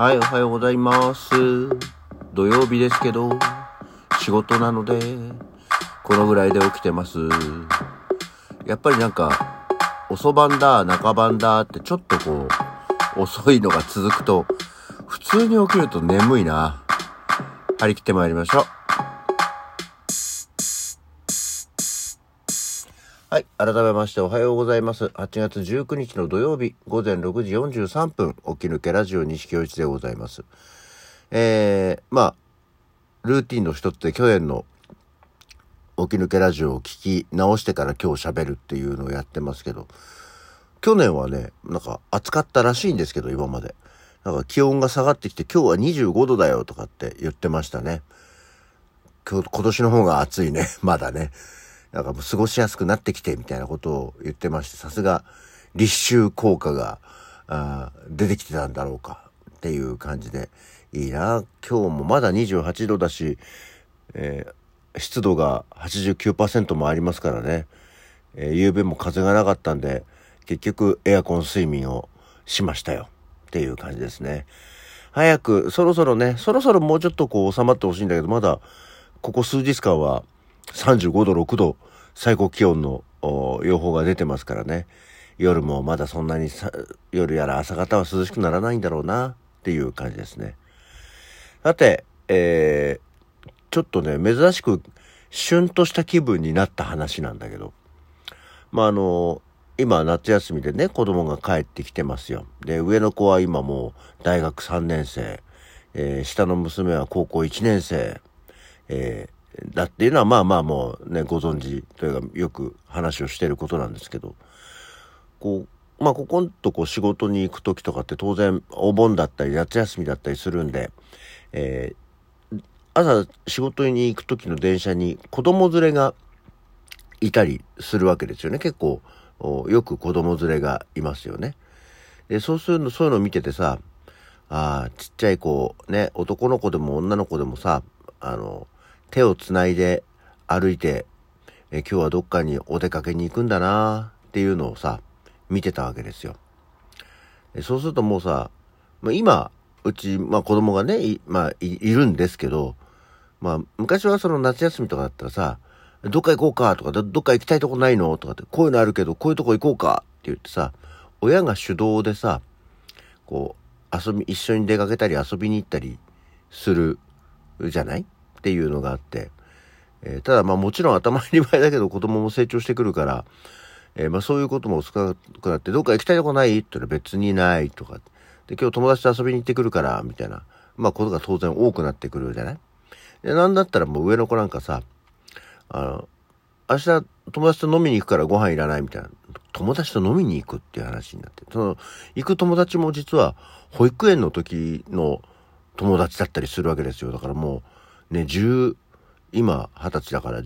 はい、おはようございます。土曜日ですけど、仕事なので、このぐらいで起きてます。やっぱりなんか、遅番だ、中番だってちょっとこう、遅いのが続くと、普通に起きると眠いな。張り切ってまいりましょう。はい。改めましておはようございます。8月19日の土曜日、午前6時43分、起き抜けラジオ西京一でございます。ルーティンの一つで去年の起き抜けラジオを聞き直してから今日喋るっていうのをやってますけど、去年はね、なんか暑かったらしいんですけど、今まで。なんか気温が下がってきて、今日は25度だよとかって言ってましたね。今年の方が暑いね、まだね。なんかもう過ごしやすくなってきてみたいなことを言ってまして、さすが立秋効果が出てきてたんだろうかっていう感じでいいな。今日もまだ28度だし、湿度が 89% もありますからね。夕べも風がなかったんで、結局エアコン睡眠をしましたよっていう感じですね。早く、そろそろもうちょっとこう収まってほしいんだけど、まだここ数日間は35度、6度、最高気温の予報が出てますからね。夜もまだそんなに夜やら朝方は涼しくならないんだろうなっていう感じですね。さて、ちょっとね、珍しくシュンとした気分になった話なんだけど、今夏休みでね、子供が帰ってきてますよ。で、上の子は今もう大学3年生、下の娘は高校1年生、だっていうのはもうね、ご存知というかよく話をしていることなんですけど、ここんとこ仕事に行く時とかって当然お盆だったり夏休みだったりするんで、朝仕事に行く時の電車に子供連れがいたりするわけですよね。結構よく子供連れがいますよね。で、そういうのを見ててさ、ちっちゃい子ね、男の子でも女の子でもさ、手をつないで歩いて、今日はどっかにお出かけに行くんだなっていうのをさ、見てたわけですよ。そうするともうさ、今、うち、子供がね、いるんですけど、昔はその夏休みとかだったらさ、どっか行こうかとか、どっか行きたいとこないのとかって、こういうのあるけど、こういうとこ行こうかって言ってさ、親が主導でさ、こう、一緒に出かけたり遊びに行ったりするじゃないっていうのがあって、ただもちろん当たり前だけど子供も成長してくるから、そういうことも少なくなって、どっか行きたいとこないって言ったら別にないとか、で、今日友達と遊びに行ってくるから、みたいな、ことが当然多くなってくるじゃない。で、なんだったらもう上の子なんかさ、明日友達と飲みに行くからご飯いらないみたいな。友達と飲みに行くっていう話になって。行く友達も実は保育園の時の友達だったりするわけですよ。だからもうね、今20歳だから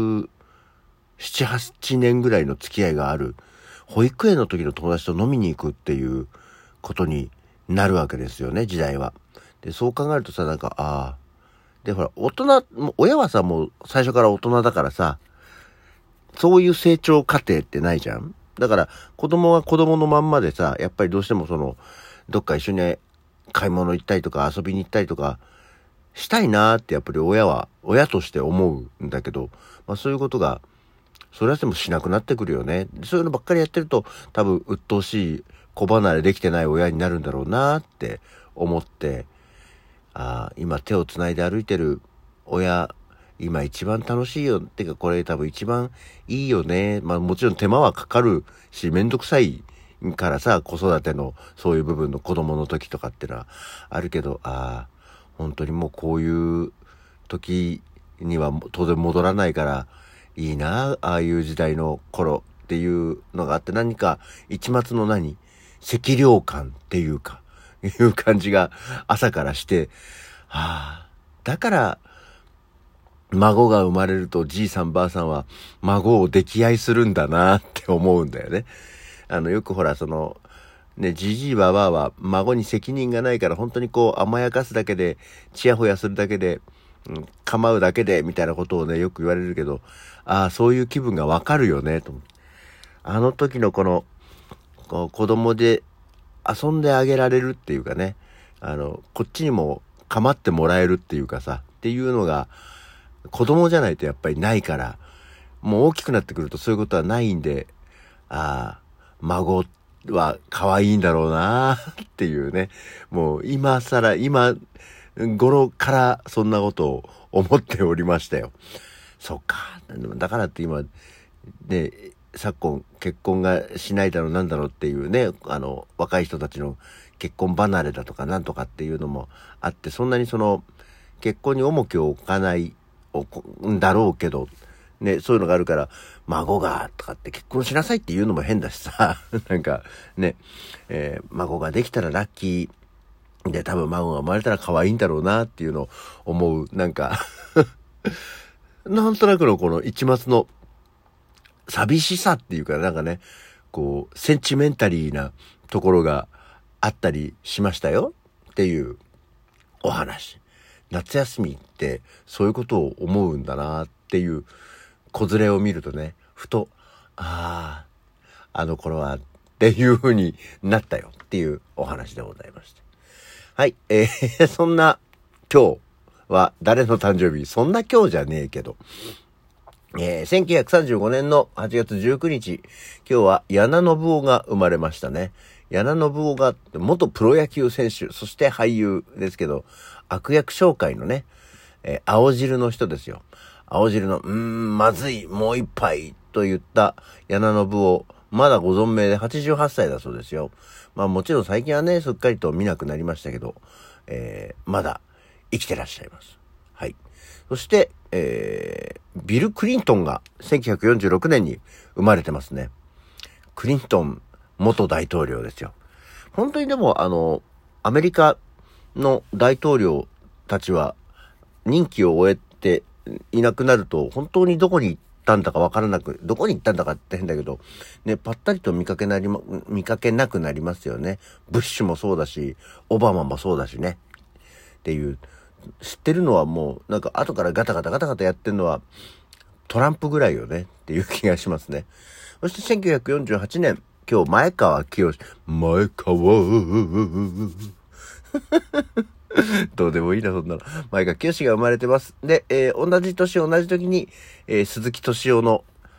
17、8年ぐらいの付き合いがある保育園の時の友達と飲みに行くっていうことになるわけですよね、時代は。で、そう考えるとさ、で、ほら、親はさ、もう最初から大人だからさ、そういう成長過程ってないじゃん。だから、子供は子供のまんまでさ、やっぱりどうしてもどっか一緒に買い物行ったりとか遊びに行ったりとか、したいなーってやっぱり親として思うんだけど、そういうことが、それはでもしなくなってくるよね。そういうのばっかりやってると、多分、鬱陶しい子離れできてない親になるんだろうなーって思って、今手をつないで歩いてる親、今一番楽しいよ。ってかこれ多分一番いいよね。もちろん手間はかかるし、めんどくさいからさ、子育てのそういう部分の子供の時とかってのはあるけど、本当にもうこういう時には当然戻らないからいいな、ああいう時代の頃っていうのがあって、何か一抹の赤涼感っていうか、いう感じが朝からして、だから孫が生まれるとじいさんばあさんは孫を溺愛するんだなって思うんだよね。よくほらじじいばばあは孫に責任がないから本当にこう甘やかすだけで、ちやほやするだけで、構うだけでみたいなことをね、よく言われるけど、そういう気分がわかるよねと思って。あの時のこう子供で遊んであげられるっていうかね、 こっちにも構ってもらえるっていうかさ、っていうのが、子供じゃないとやっぱりないから、もう大きくなってくるとそういうことはないんで、孫は可愛いんだろうなっていうね。もう今頃からそんなことを思っておりましたよ。そっか。だからって今、ね、昨今結婚がしないだろうなんだろうっていうね、若い人たちの結婚離れだとかなんとかっていうのもあって、そんなに結婚に重きを置かないんだろうけど、ね、そういうのがあるから、孫がとかって結婚しなさいって言うのも変だしさ、なんかね、孫ができたらラッキーで、多分孫が生まれたら可愛いんだろうなっていうのを思う、なんかなんとなくのこの一末の寂しさっていうか、なんかね、こう、センチメンタリーなところがあったりしましたよっていうお話。夏休みってそういうことを思うんだなっていう子連れを見るとね、ふと、あの頃はっていう風になったよっていうお話でございました。はい、そんな今日は誰の誕生日？そんな今日じゃねえけど、1935年の8月19日、今日は矢名信夫が生まれましたね。矢名信夫が元プロ野球選手、そして俳優ですけど、悪役商会のね、青汁の人ですよ。青汁の、まずい、もう一杯と言った矢名信夫、まだご存命で88歳だそうですよ。まあもちろん最近はね、すっかりと見なくなりましたけど、まだ生きてらっしゃいます。はい。そして、ビル・クリントンが1946年に生まれてますね。クリントン元大統領ですよ。本当にでもアメリカの大統領たちは任期を終えていなくなると本当にどこに行ったんだかわからなく、どこに行ったんだかって変だけど、ね、ぱったりと見かけなくなりますよね。ブッシュもそうだし、オバマもそうだしね。っていう、知ってるのはもうなんか後からガタガタやってるのはトランプぐらいよねっていう気がしますね。そして1948年、今日前川清どうでもいいな、そんなの。前川清が生まれてます。で、同じ時に、鈴木敏夫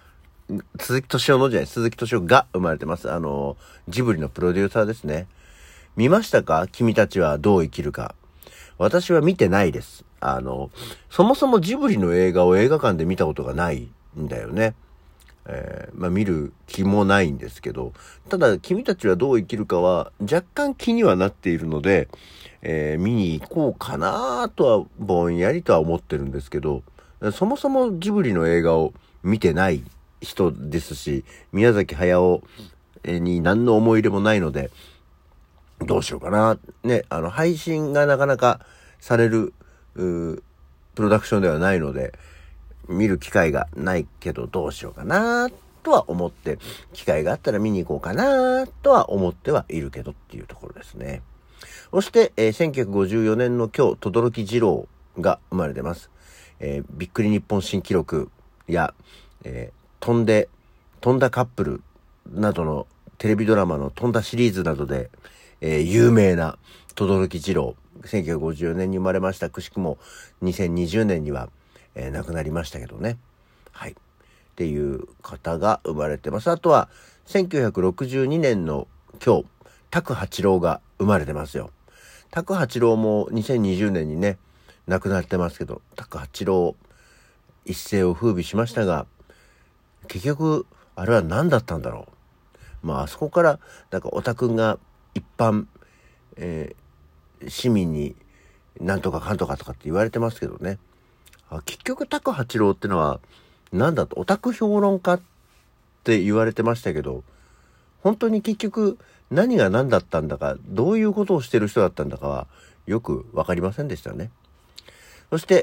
が生まれてます。ジブリのプロデューサーですね。見ましたか？君たちはどう生きるか。私は見てないです。そもそもジブリの映画を映画館で見たことがないんだよね。見る気もないんですけど、ただ君たちはどう生きるかは若干気にはなっているので、見に行こうかなとはぼんやりとは思ってるんですけど、そもそもジブリの映画を見てない人ですし、宮崎駿に何の思い入れもないので、どうしようかな。ね、配信がなかなかされる、プロダクションではないので、見る機会がないけどどうしようかなとは思って、機会があったら見に行こうかなとは思ってはいるけどっていうところですね。そして、1954年の今日、轟二郎が生まれてます。びっくり日本新記録や、飛んだカップルなどのテレビドラマの飛んだシリーズなどで、有名な轟二郎、1954年に生まれました。くしくも2020年には、亡くなりましたけどね。はい。っていう方が生まれてます。あとは、1962年の今日、拓八郎が生まれてますよ。拓八郎も2020年にね、亡くなってますけど、拓八郎、一世を風靡しましたが、結局、あれは何だったんだろう。あそこから、なんかオタクが一般、市民になんとかかんとかとかって言われてますけどね。結局拓八郎ってのはなんだとオタク評論家って言われてましたけど、本当に結局何が何だったんだか、どういうことをしてる人だったんだかはよくわかりませんでしたね。そして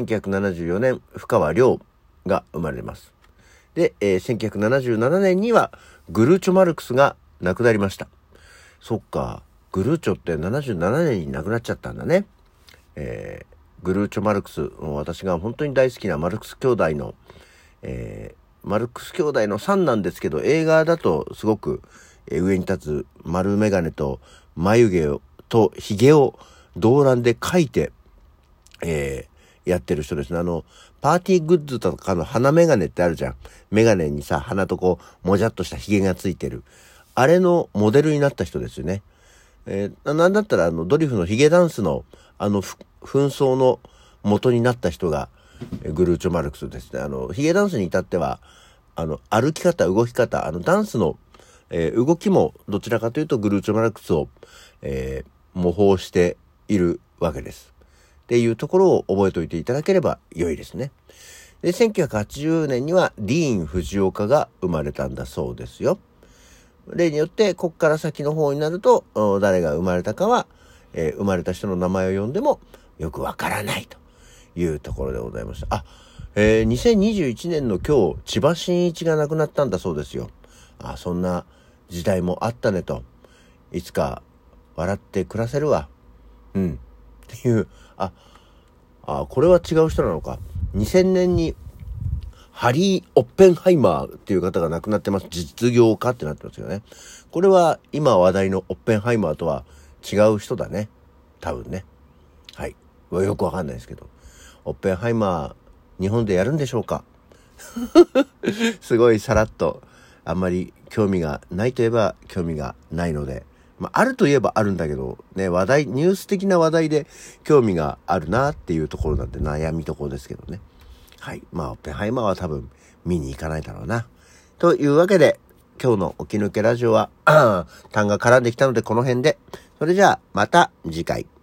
、1974年深川亮が生まれます。で、1977年にはグルーチョマルクスが亡くなりました。そっか、グルーチョって77年に亡くなっちゃったんだね。グルーチョマルクス、私が本当に大好きなマルクス兄弟の、マルクス兄弟の3なんですけど、映画だとすごく上に立つ丸眼鏡と眉毛と髭を動乱で描いて、やってる人ですね。パーティーグッズとかの鼻メガネってあるじゃん。メガネにさ、鼻とこう、もじゃっとした髭がついてる。あれのモデルになった人ですよね。なんだったらドリフの髭ダンスの紛争の元になった人がグルーチョマルクスですね。髭ダンスに至っては歩き方、動き方、ダンスの、動きもどちらかというとグルーチョマルクスを、模倣しているわけです。っていうところを覚えておいていただければ良いですね。で、1980年にはディーン・フジオカが生まれたんだそうですよ。例によって、こっから先の方になると、誰が生まれたかは、生まれた人の名前を呼んでもよくわからないというところでございました。2021年の今日、千葉真一が亡くなったんだそうですよ。そんな時代もあったねと。いつか笑って暮らせるわ。っていう、これは違う人なのか。2000年にハリー・オッペンハイマーっていう方が亡くなってます。実業家ってなってますよね。これは今話題のオッペンハイマーとは違う人だね。多分ね。はい。よくわかんないですけど。オッペンハイマー、日本でやるんでしょうかすごいさらっと、あんまり興味がないといえば興味がないので、あるといえばあるんだけど、ね、ニュース的な話題で興味があるなっていうところなんで悩みところですけどね。はい。オッペンハイマーは多分見に行かないだろうな。というわけで、今日の起き抜けラジオは、単が絡んできたのでこの辺で。それじゃあ、また次回。